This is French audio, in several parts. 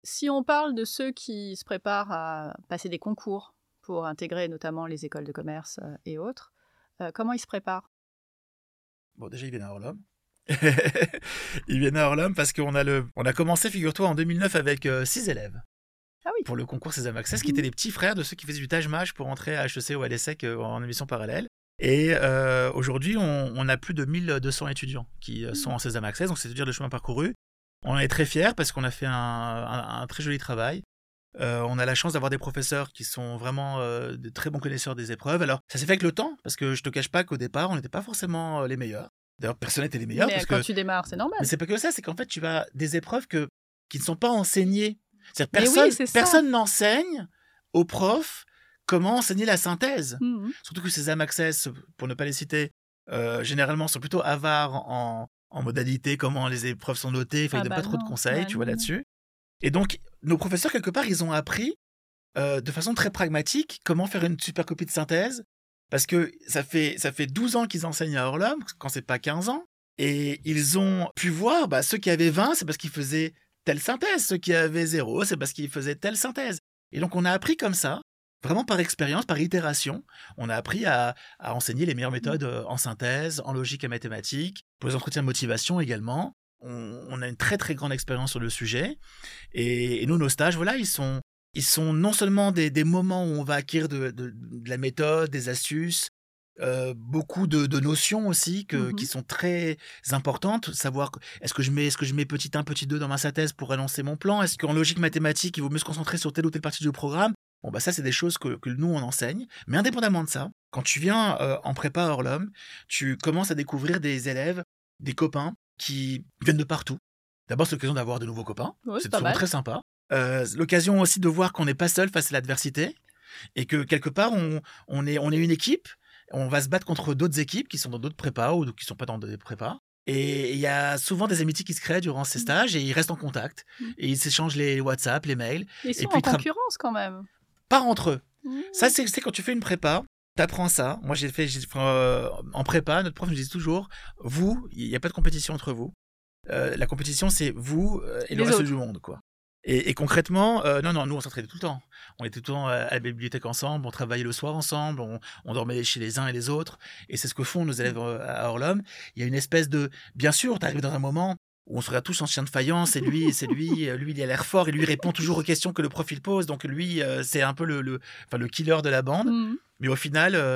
Si on parle de ceux qui se préparent à passer des concours pour intégrer notamment les écoles de commerce et autres, comment ils se préparent? Bon, déjà, ils viennent à Orlum. Ils viennent à Orlum parce qu'on a commencé, figure-toi, en 2009 avec 6 élèves Ah oui. pour le concours Sésame Access, qui étaient les petits frères de ceux qui faisaient du Taj-Maj pour entrer à HEC ou à l'ESSEC en émission parallèle. Et aujourd'hui, on a plus de 1200 étudiants qui sont en Sésame Access, donc c'est-à-dire le chemin parcouru. On est très fiers parce qu'on a fait un très joli travail. On a la chance d'avoir des professeurs qui sont vraiment de très bons connaisseurs des épreuves. Alors, ça s'est fait avec le temps, parce que je te cache pas qu'au départ, on n'était pas forcément les meilleurs. D'ailleurs, personne n'était les meilleurs. Mais quand tu démarres, c'est normal. Mais c'est pas que ça, c'est qu'en fait, tu as des épreuves qui ne sont pas enseignées. Mais oui, c'est ça. Personne n'enseigne aux profs comment enseigner la synthèse. Mhm. Surtout que ces Sésame Access, pour ne pas les citer, généralement sont plutôt avares en modalité, comment les épreuves sont notées. Enfin, ils donnent pas trop de conseils, tu vois, là-dessus. Et donc, nos professeurs, quelque part, ils ont appris de façon très pragmatique comment faire une super copie de synthèse. Parce que ça fait 12 ans qu'ils enseignent à Orlum, quand c'est pas 15 ans. Et ils ont pu voir, ceux qui avaient 20, c'est parce qu'ils faisaient telle synthèse. Ceux qui avaient 0, c'est parce qu'ils faisaient telle synthèse. Et donc, on a appris comme ça, vraiment par expérience, par itération. On a appris à enseigner les meilleures méthodes en synthèse, en logique et mathématiques, pour les entretiens de motivation également. On a une très très grande expérience sur le sujet. Et nous, nos stages, voilà, ils sont non seulement des moments où on va acquérir de la méthode, des astuces, beaucoup de notions aussi qui sont très importantes. Savoir, est-ce que je mets petit 1, petit 2 dans ma synthèse pour annoncer mon plan? Est-ce qu'en logique mathématique, il vaut mieux se concentrer sur telle ou telle partie du programme? Bon, ça, c'est des choses que nous, on enseigne. Mais indépendamment de ça, quand tu viens en prépa à Orlum, tu commences à découvrir des élèves, des copains qui viennent de partout. D'abord, c'est l'occasion d'avoir de nouveaux copains. Ouais, c'est pas toujours mal. très sympa. L'occasion aussi de voir qu'on n'est pas seul face à l'adversité et que quelque part, on est une équipe. On va se battre contre d'autres équipes qui sont dans d'autres prépas ou qui ne sont pas dans des prépas. Et il y a souvent des amitiés qui se créent durant ces stages et ils restent en contact. Et ils s'échangent les WhatsApp, les mails. Ils sont en concurrence quand même. Pas entre eux. Ça, c'est quand tu fais une prépa, t'apprends ça. Moi, j'ai fait en prépa, notre prof nous dit toujours, vous, il n'y a pas de compétition entre vous. La compétition, c'est vous et le reste du monde, quoi. Et concrètement, non, nous, on s'entraînait tout le temps. On était tout le temps à la bibliothèque ensemble, on travaillait le soir ensemble, on dormait chez les uns et les autres. Et c'est ce que font nos élèves à Orlum. Il y a une espèce de... Bien sûr, t'arrives dans un moment où on se regarde tous en chien de faïence, et lui, lui, il a l'air fort, et lui répond toujours aux questions que le prof il pose. Donc lui, c'est un peu le killer de la bande. Mais au final,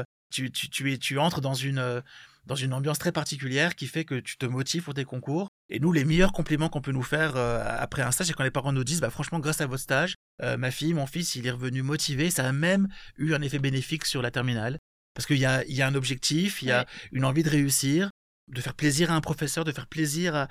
tu entres dans une ambiance très particulière qui fait que tu te motives pour tes concours. Et nous, les meilleurs compliments qu'on peut nous faire après un stage, c'est quand les parents nous disent franchement, grâce à votre stage, ma fille, mon fils, il est revenu motivé. Ça a même eu un effet bénéfique sur la terminale. Parce qu'il y a un objectif, il y a une envie de réussir, de faire plaisir à un professeur, de faire plaisir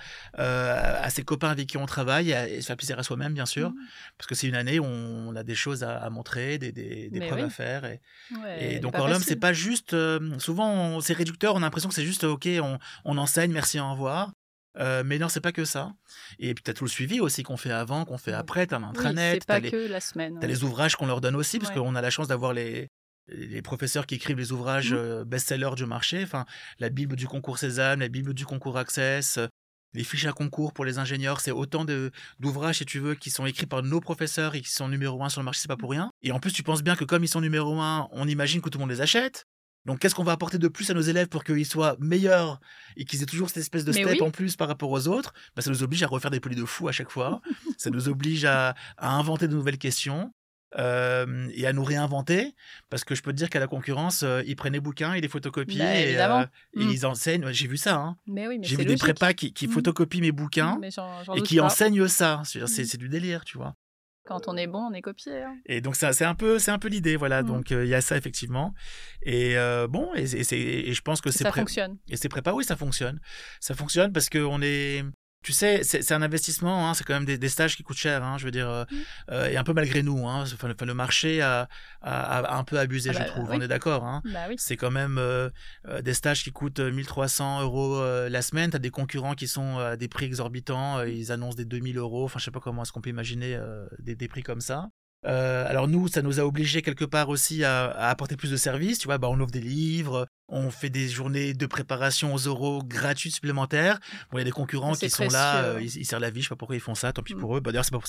à ses copains avec qui on travaille, et se faire plaisir à soi-même, bien sûr. Parce que c'est une année où on a des choses à montrer, des preuves à faire. Et donc, Orlum, c'est pas juste... souvent, c'est réducteur, on a l'impression que c'est juste, OK, on enseigne, merci, au revoir. Mais non, c'est pas que ça. Et puis, t'as tout le suivi aussi qu'on fait avant, qu'on fait après. T'as l'intranet. C'est pas que la semaine. T'as les ouvrages qu'on leur donne aussi, parce qu'on a la chance d'avoir les professeurs qui écrivent les ouvrages best-sellers du marché. Enfin, la Bible du concours Sésame, la Bible du concours Access, les fiches à concours pour les ingénieurs. C'est autant d'ouvrages, si tu veux, qui sont écrits par nos professeurs et qui sont numéro 1 sur le marché. C'est pas pour rien. Et en plus, tu penses bien que comme ils sont numéro 1, on imagine que tout le monde les achète. Donc, qu'est-ce qu'on va apporter de plus à nos élèves pour qu'ils soient meilleurs et qu'ils aient toujours cette espèce de step en plus par rapport aux autres? Ça nous oblige à refaire des polis de fou à chaque fois. Ça nous oblige à inventer de nouvelles questions et à nous réinventer. Parce que je peux te dire qu'à la concurrence, ils prennent les bouquins, ils les photocopient et ils enseignent. J'ai vu ça. Hein. J'ai vu des prépas qui photocopient mes bouquins et qui enseignent ça. C'est du délire, tu vois. Quand on est bon, on est copié. Hein. Et donc, c'est un peu l'idée, voilà. Donc, il y a ça, effectivement. Et et je pense que ça fonctionne. Et c'est prépa, oui, ça fonctionne. Ça fonctionne parce qu'on est... Tu sais, c'est un investissement, hein, c'est quand même des stages qui coûtent cher, hein, je veux dire, et un peu malgré nous. Hein, le marché a un peu abusé, je trouve, on est d'accord. Hein. C'est quand même des stages qui coûtent 1 300 € la semaine. Tu as des concurrents qui sont à des prix exorbitants, ils annoncent des 2 000 €. Enfin, je sais pas comment est-ce qu'on peut imaginer des prix comme ça. Alors nous, ça nous a obligés quelque part aussi à apporter plus de services. Tu vois, on offre des livres, on fait des journées de préparation aux oraux gratuites supplémentaires. Bon, il y a des concurrents qui sont là, ils serrent la vie, je sais pas pourquoi ils font ça, tant pis pour eux. D'ailleurs, c'est pas pour ça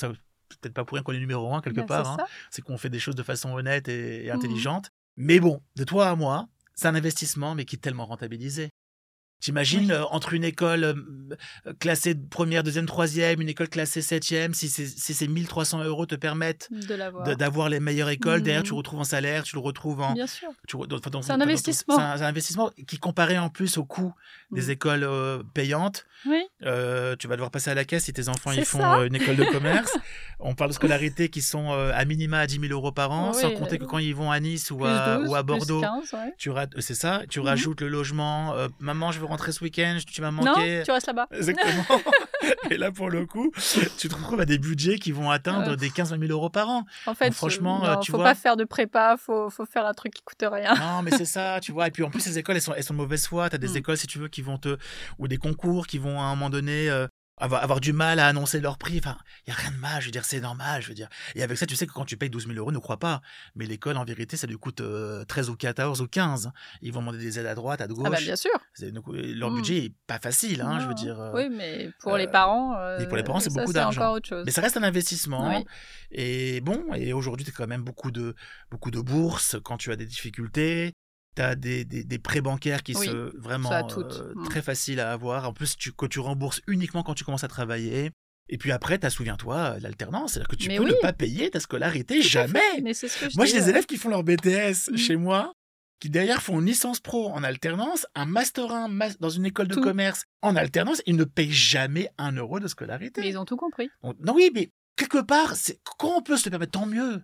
peut-être pas pour rien qu'on est numéro 1 quelque Ben, part. c'est Hein. ça. C'est qu'on fait des choses de façon honnête et Mhm. intelligente. Mais bon, de toi à moi, c'est un investissement, mais qui est tellement rentabilisé. T'imagines, Oui. entre une école classée première, deuxième, troisième, une école classée septième, si ces 1 300 € te permettent De l'avoir. d'avoir les meilleures écoles, derrière tu Mhm. retrouves en salaire, tu le retrouves en... Bien sûr. Enfin, C'est un c'est investissement. un investissement qui, comparé en plus au coût des Mhm. écoles payantes, Oui, tu vas devoir passer à la caisse si tes enfants c'est ils font ça. une école de commerce. On parle de scolarités qui sont à minima à 10 000 € par an, sans Oui, compter que quand ils vont à Nice ou plus à 12, plus Bordeaux, 15, ouais. c'est ça, tu Mhm. rajoutes le logement. Maman, je veux rentrer ce week-end, tu m'as Non, manqué. tu restes là-bas. Exactement. Et là, pour le coup, tu te retrouves à des budgets qui vont atteindre des 15 000 € par an. En Donc fait, franchement, non, tu faut vois. pas faire de prépa, faut faire un truc qui coûte rien. Non, mais c'est ça, tu vois. Et puis en plus, ces écoles, elles sont de mauvaise foi. Tu as des Mm. écoles, si tu veux, qui vont ou des concours qui vont à un moment donné avoir du mal à annoncer leur prix. Enfin, il n'y a rien de mal, je veux dire, c'est normal, je veux dire. Et avec ça, tu sais que quand tu payes 12 000 €, ne crois pas. Mais l'école, en vérité, ça lui coûte 13 ou 14 ou 15. Ils vont demander des aides à droite, à Ah bah gauche. bien sûr. Donc, leur Mm. budget est pas facile, hein, je veux Non. dire. Oui, mais pour les parents, Et pour les parents, c'est ça beaucoup c'est d'argent. encore autre chose. Mais ça reste un investissement. Oui. Et bon, et aujourd'hui, tu as quand même beaucoup de bourses quand tu as des difficultés. Tu as des prêts bancaires qui Oui, sont ça vraiment toutes. très faciles à avoir. En plus, que tu rembourses uniquement quand tu commences à travailler. Et puis après, souviens-toi, l'alternance. C'est-à-dire que tu Mais peux oui, ne pas payer ta scolarité, tout à jamais. fait. Mais c'est ce que je Moi, dis. j'ai des élèves qui font leur BTS Mm. chez moi, qui derrière font une licence pro en alternance, un master 1 dans une école de Tout. commerce en alternance. Ils ne payent jamais 1 € de scolarité. Mais ils ont tout compris. Non, oui, mais quelque part, quand on peut se le permettre, tant mieux.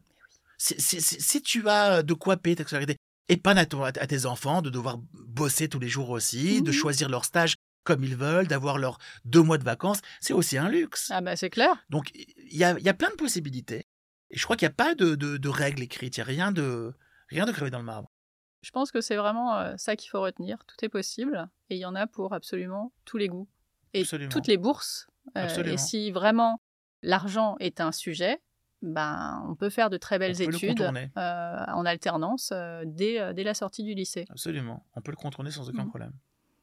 Si tu as de quoi payer ta scolarité, épargne à tes enfants de devoir bosser tous les jours aussi, de Mhm. choisir leur stage comme ils veulent, d'avoir leurs 2 mois de vacances, c'est aussi un luxe. Ah bah c'est clair. Donc, il y a plein de possibilités. Et je crois qu'il n'y a pas de règles écrites, il n'y a rien de gravé dans le marbre. Je pense que c'est vraiment ça qu'il faut retenir. Tout est possible et il y en a pour absolument tous les goûts et Absolument. toutes les bourses. Et Absolument. si vraiment l'argent est un sujet, ben on peut faire de très belles On peut le études contourner. en alternance dès la sortie du lycée. Absolument. On peut le contourner sans aucun Mhm. problème.